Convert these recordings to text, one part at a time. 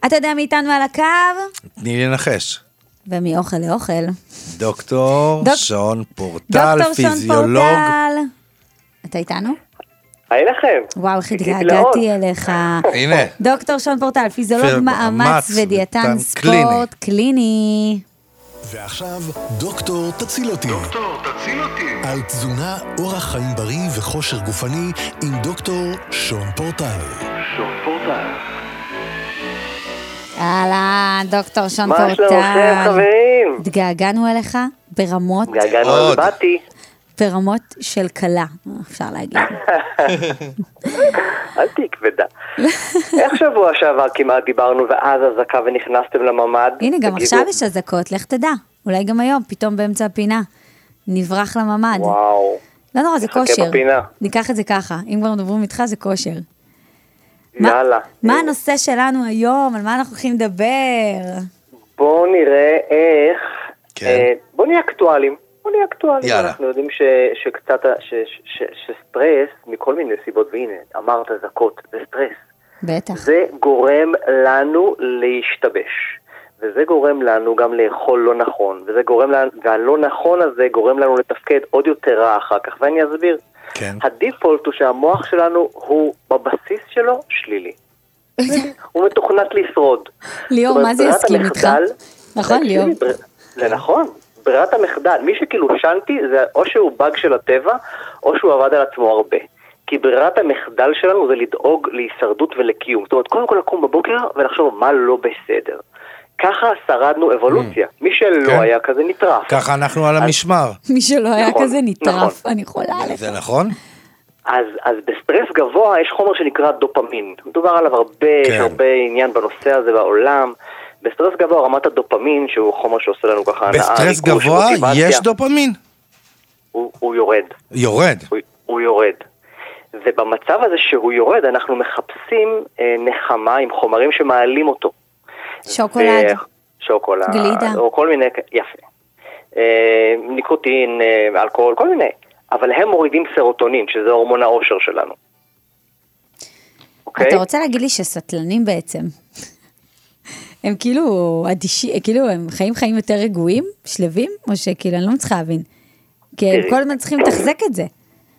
אתה יודע מי איתנו על הקו? תני לי לנחש. ומאוכל לאוכל. דוקטור שון פורטל, דוקטור שון פיזיולוג. פורטל. אתה איתנו? היי לכם. וואו, איך התגעגעתי אליך. הנה. דוקטור שון פורטל, פיזיולוג מאמץ ודיאטן ספורט קליני. ועכשיו, דוקטור תציל אותי. דוקטור תציל אותי. על תזונה, אורח חיים בריא וכושר גופני עם דוקטור שון פורטל. שון פורטל. אהלן, דוקטור שון פורטל. מה שלומכם, חברים? התגעגענו אליך ברמות. התגעגענו, אז באתי. ברמות של קלה, אפשר להגיד. אל תהי כבדה. איך שבוע שעבר כמעט דיברנו ואז הזקה ונכנסתם לממד? הנה, גם עכשיו יש הזקות, לך תדע. אולי גם היום, פתאום באמצע הפינה. נברח לממד. וואו. לא נורא, זה כושר. בפינה. ניקח את זה ככה. אם כבר מדברים איתך, זה כושר. יאללה. מה הנושא שלנו היום? על מה אנחנו הולכים לדבר? בואו נראה איך... בואו נהיה אקטואלים. יאללה. אנחנו יודעים שקצת, שסטרס מכל מיני סיבות, והנה, אמרת זקות, זה סטרס. בטח. זה גורם לנו להשתבש. וזה גורם לנו גם לאכול לא נכון. והלא נכון הזה גורם לנו לתפקד עוד יותר רע אחר כך. ואני אסביר. כן. הדיפולט הוא שהמוח שלנו הוא בבסיס שלו שלילי. הוא מתוכנת לשרוד. ליאור, מה זה יסכים איתך? נכון, ליאור. זה נכון. ברירת המחדל, מי שכאילו שנתי, זה או שהוא באג של הטבע, או שהוא עבד על עצמו הרבה. כי ברירת המחדל שלנו זה לדאוג להישרדות ולקיום. זאת אומרת, קודם כל לקום בבוקר ולחשוב מה לא בסדר. ככה שרדנו אבולוציה. מי שלא היה כזה נטרף. ככה אנחנו על המשמר. מי שלא היה כזה נטרף, אני יכולה עליך. זה נכון? אז בסטרס גבוה יש חומר שנקרא דופמין. מדובר עליו הרבה, יש הרבה עניין בנושא הזה בעולם. בסטרס גבוה רמת הדופמין, שהוא חומר שעושה לנו ככה הנאה. בסטרס גבוה יש דופמין? הוא יורד. יורד? הוא יורד. ובמצב הזה שהוא יורד, אנחנו מחפשים נחמה עם חומרים שמעלים אותו. שוקולד. שוקולד. גלידה. או כל מיני, יפה. ניקוטין, אלכוהול, כל מיני. אבל הם מורידים סרוטונין, שזה הורמון האושר שלנו. אתה רוצה להגיד לי שסטלנים בעצם, הם כאילו אדישים, כאילו הם חיים יותר רגועים, שלבים, או שכאילו אני לא מצליחה להבין. כי הם כל הזמן צריכים לתחזק את זה.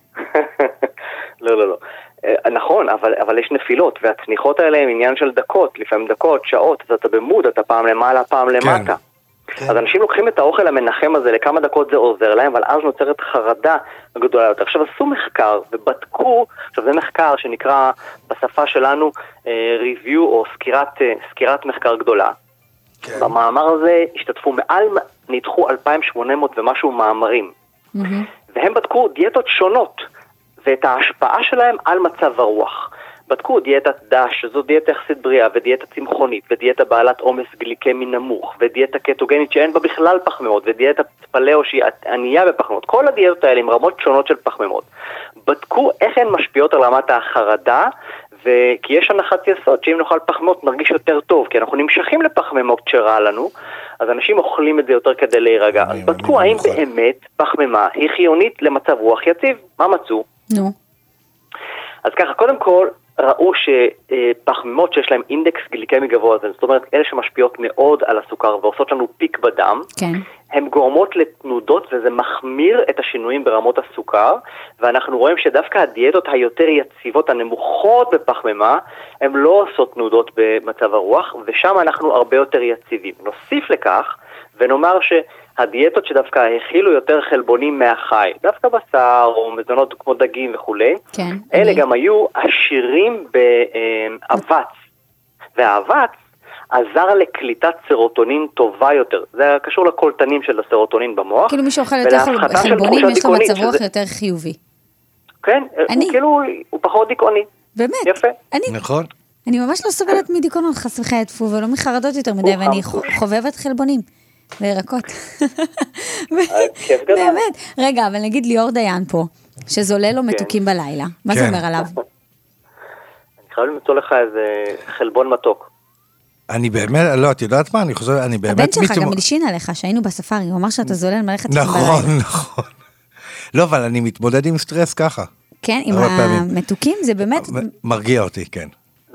לא. נכון, אבל יש נפילות, והצניחות האלה הם עניין של דקות, לפעמים דקות, שעות, אז אתה במוד, אתה פעם למעלה, פעם למטה. אז אנשים לוקחים את האוכל המנחם הזה, לכמה דקות זה עוזר להם, אבל אז נוצרת חרדה גדולה יותר. עכשיו עשו מחקר ובדקו, עכשיו זה מחקר שנקרא בשפה שלנו review או סקירת מחקר גדולה. במאמר הזה השתתפו ניתחו 2,800 ומשהו מאמרים. והם בדקו דיאטות שונות, ואת ההשפעה שלהם על מצב הרוח. בדקו דיאטת דש, שזו דיאטה יחסית בריאה, ודיאטה צמחונית, ודיאטה בעלת עומס גליקמי נמוך, ודיאטה קטוגנית שאין בה בכלל פחמימות, ודיאטה פלאו שהיא ענייה בפחמימות. כל הדיאטות האלה עם רמות שונות של פחמימות. בדקו איך הן משפיעות על רמת החרדה, כי יש הנחת יסוד שאם נאכל פחמימות נרגיש יותר טוב, כי אנחנו נמשכים לפחמימות שרע לנו, אז אנשים אוכלים את זה יותר כדי להירגע. אז בדקו האם באמת פחמימה היא חיונית למצב רוח יציב. מה מצאו? נו. אז ככה, קודם כל, ראו שפחמימות שיש להם אינדקס גליקמי גבוה, זאת אומרת, אלה שמשפיעות מאוד על הסוכר ועושות לנו פיק בדם, כן. הן גורמות לתנודות וזה מחמיר את השינויים ברמות הסוכר, ואנחנו רואים שדווקא הדיאטות היותר יציבות, הנמוכות בפחמימה, הן לא עושות תנודות במצב הרוח, ושם אנחנו הרבה יותר יציבים. נוסיף לכך, ונאמר שהדיאטות שדווקא הכילו יותר חלבונים מהחי, דווקא בשר או מזונות כמו דגים וכו', כן, אלה גם היו עשירים באבץ, והאבץ עזר לקליטת סרוטונין טובה יותר. זה קשור לקולטנים של הסרוטונין במוח. כאילו מי שאוכל יותר חלבונים, יש לו מצב רוח יותר חיובי. כן, כאילו הוא פחות דיכאוני. באמת. יפה. נכון. אני ממש לא סובלת מדיכאונות חס וחלילה ולא מחרדות יותר מדי, ואני חובבת חלבונים וירקות. באמת. רגע, אבל נגיד ליאור דיין פה, שזולה לו מתוקים בלילה. מה זה אומר עליו? אני חייב למצוא לך איזה חלבון מתוק. אני באמת, לא, את יודעת מה? אני חושב, אני באמת... הבן שלך גם מלשין עליך, שהיינו בספארי, הוא אמר שאתה זולל מלאכת בלילה. נכון. לא, אבל אני מתמודד עם סטרס ככה. כן, עם המתוקים, זה באמת... מרגיע אותי, כן.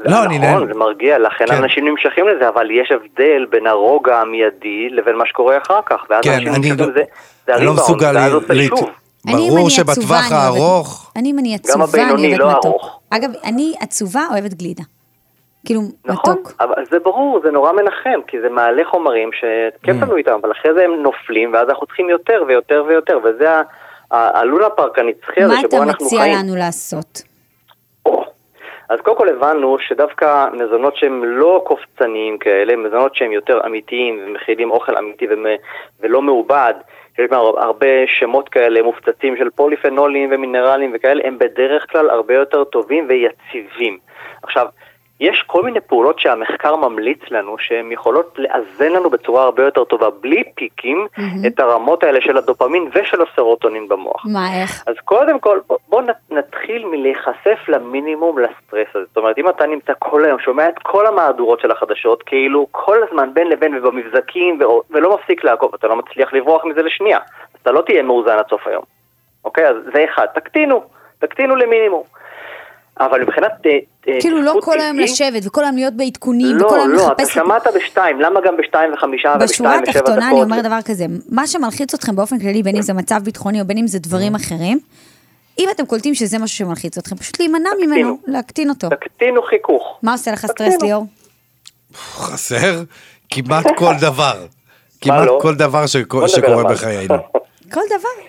נכון, זה מרגיע, לכן אנשים נמשכים לזה, אבל יש הבדל בין הרוגע המיידי לבין מה שקורה אחר כך, ואז אנשים נמשכים לזה, זה הריבאונד, ואז עושה שוב. ברור שבטווח הארוך... אני עצובה, אני אוהבת מתוק. אגב, אני עצובה אוהבת גלידה. כאילו, נכון, מתוק. אבל זה ברור, זה נורא מנחם, כי זה מעלה חומרים שכיף לנו איתם, אבל אחרי זה הם נופלים, ואז אנחנו צריכים יותר ויותר ויותר, וזה הלונה פארק הנצחי הזה שבו אנחנו חיים. מה אתה מציע לנו לעשות? אז קודם כל הבנו שדווקא מזונות שהם לא קופצניים כאלה, מזונות שהם יותר אמיתיים ומכילים אוכל אמיתי ולא מעובד, יש הרבה שמות כאלה מופצצים של פוליפנולים ומינרלים וכאלה, הם בדרך כלל הרבה יותר טובים ויציבים. עכשיו, יש כל מיני פעולות שהמחקר ממליץ לנו, שהן יכולות לאזן לנו בצורה הרבה יותר טובה, בלי פיקים, את הרמות האלה של הדופמין ושל הסרוטונין במוח. מה, איך? אז קודם כל, בוא נתחיל מלהיחשף למינימום לסטרס הזה. זאת אומרת, אם אתה נמצא כל היום, שומע את כל המהדורות של החדשות, כאילו כל הזמן בין לבין ובמבזקים, ולא מפסיק לעקוב, אתה לא מצליח לברוח מזה לשנייה. אז אתה לא תהיה מאוזן עד סוף היום. אוקיי? אז זה אחד. תקטינו למינימום. אבל מבחינת... כאילו לא כל היום לשבת, וכל היום להיות בעדכונים, וכל היום לחפש... לא, אתה שמעת בשתיים, למה גם בשתיים וחמישה בשורה התחתונה אני אומר דבר כזה, מה שמלחיץ אתכם באופן כללי, בין אם זה מצב ביטחוני או בין אם זה דברים אחרים, אם אתם קולטים שזה משהו שמלחיץ אתכם, פשוט להימנע ממנו, להקטין אותו. תקטינו חיכוך. מה עושה לך סטרס, ליאור? חסר כמעט כל דבר. כמעט כל דבר שקורה בחיינו. כל דבר?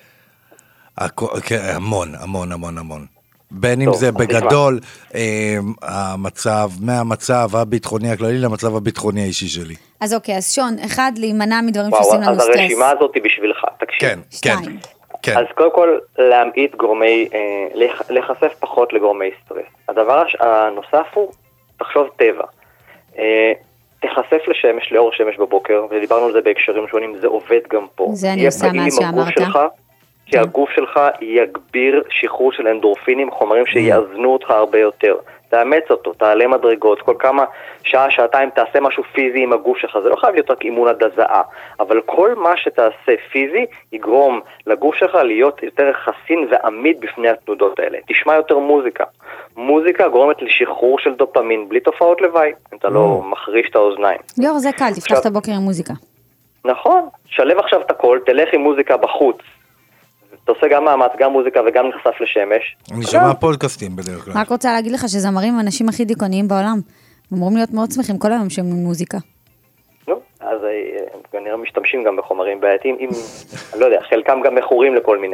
המון. בין אם זה בגדול, מהמצב הביטחוני הכללי למצב הביטחוני האישי שלי. אז אוקיי, אז שון, אחד, להימנע מדברים שעושים לנו סטרס. אז הרשימה הזאת היא בשבילך, תקשיב. כן. אז קודם כל, להמעיט גורמי, לחשף פחות לגורמי סטרס. הדבר הנוסף הוא, תחשוב טבע. תחשף לשמש, לאור שמש בבוקר, ודיברנו על זה בהקשרים שונים, זה עובד גם פה. זה אני עושה מה שאמרת. כי הגוף שלך יגביר שחרור של אנדורפינים, חומרים שיאזנו אותך הרבה יותר. תאמץ אותו, תעלה מדרגות, כל כמה שעה, שעתיים תעשה משהו פיזי עם הגוף שלך. זה לא חייב להיות רק אימון עד הזעה, אבל כל מה שתעשה פיזי יגרום לגוף שלך להיות יותר חסין ועמיד בפני התנודות האלה. תשמע יותר מוזיקה. מוזיקה גורמת לשחרור של דופמין, בלי תופעות לוואי, אם אתה לא מחריש את האוזניים. ליאור, זה קל, תפתח את הבוקר עם מוזיקה. נכון, שלב עכשיו את הכל, תלך עם מוזיקה בחוץ. אתה עושה גם מאמץ, גם מוזיקה וגם נחשף לשמש. אני שומע פודקאסטים בדרך כלל. רק רוצה להגיד לך שזמרים הם האנשים הכי דיכאוניים בעולם. הם אמורים להיות מאוד שמחים כל היום שהם מוזיקה. נו, אז כנראה משתמשים גם בחומרים בעייתיים, אני לא יודע, חלקם גם מכורים לכל מיני.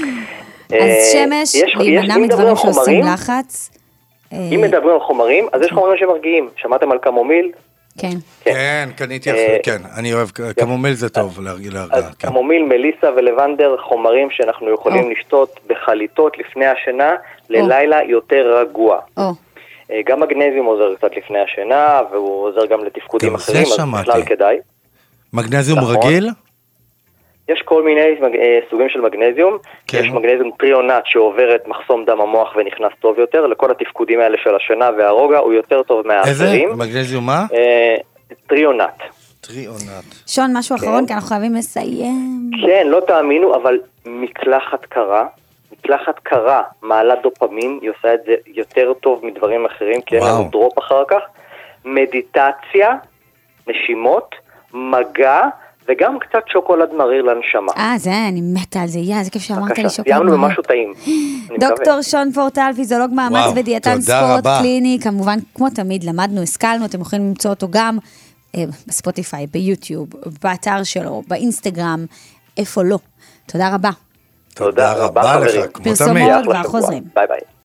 אז שמש, להימנע מדברים שעושים לחץ. אם מדברים על חומרים, אז יש חומרים שמרגיעים. שמעתם על קמומיל? כן, קניתי אחרי, כן, אני אוהב, קמומיל זה טוב להרגע. קמומיל, מליסה ולבנדר, חומרים שאנחנו יכולים לשתות בחליטות לפני השינה, ללילה יותר רגוע. גם מגנזיום עוזר קצת לפני השינה, והוא עוזר גם לתפקודים אחרים, אז בכלל כדאי. מגנזיום רגיל? יש כל מיני סוגים של מגנזיום, יש מגנזיום טריונט שעובר את מחסום דם המוח ונכנס טוב יותר, לכל התפקודים האלה של השינה והרוגע הוא יותר טוב מהאחרים. איזה? מגנזיום מה? טריונט. שון, משהו אחרון, כי אנחנו חייבים לסיים. כן, לא תאמינו, אבל מקלחת קרה מעלה דופמין, היא עושה את זה יותר טוב מדברים אחרים, כי אין לנו דרופ אחר כך. מדיטציה, נשימות, מגע, וגם קצת שוקולד מריר לנשמה. זה, אני מתה על זה, זה כיף שאמרת לי שוקולד סיימנו במשהו טעים. דוקטור שון פורטל, פיזיולוג מאמץ ודיאטן ספורט קליני, כמובן, כמו תמיד, למדנו, השכלנו, אתם יכולים למצוא אותו גם בספוטיפיי, ביוטיוב, באתר שלו, באינסטגרם, איפה לא. תודה רבה. תודה רבה, לך, כמו תמיד. פרסומות והחוזרים. ביי ביי.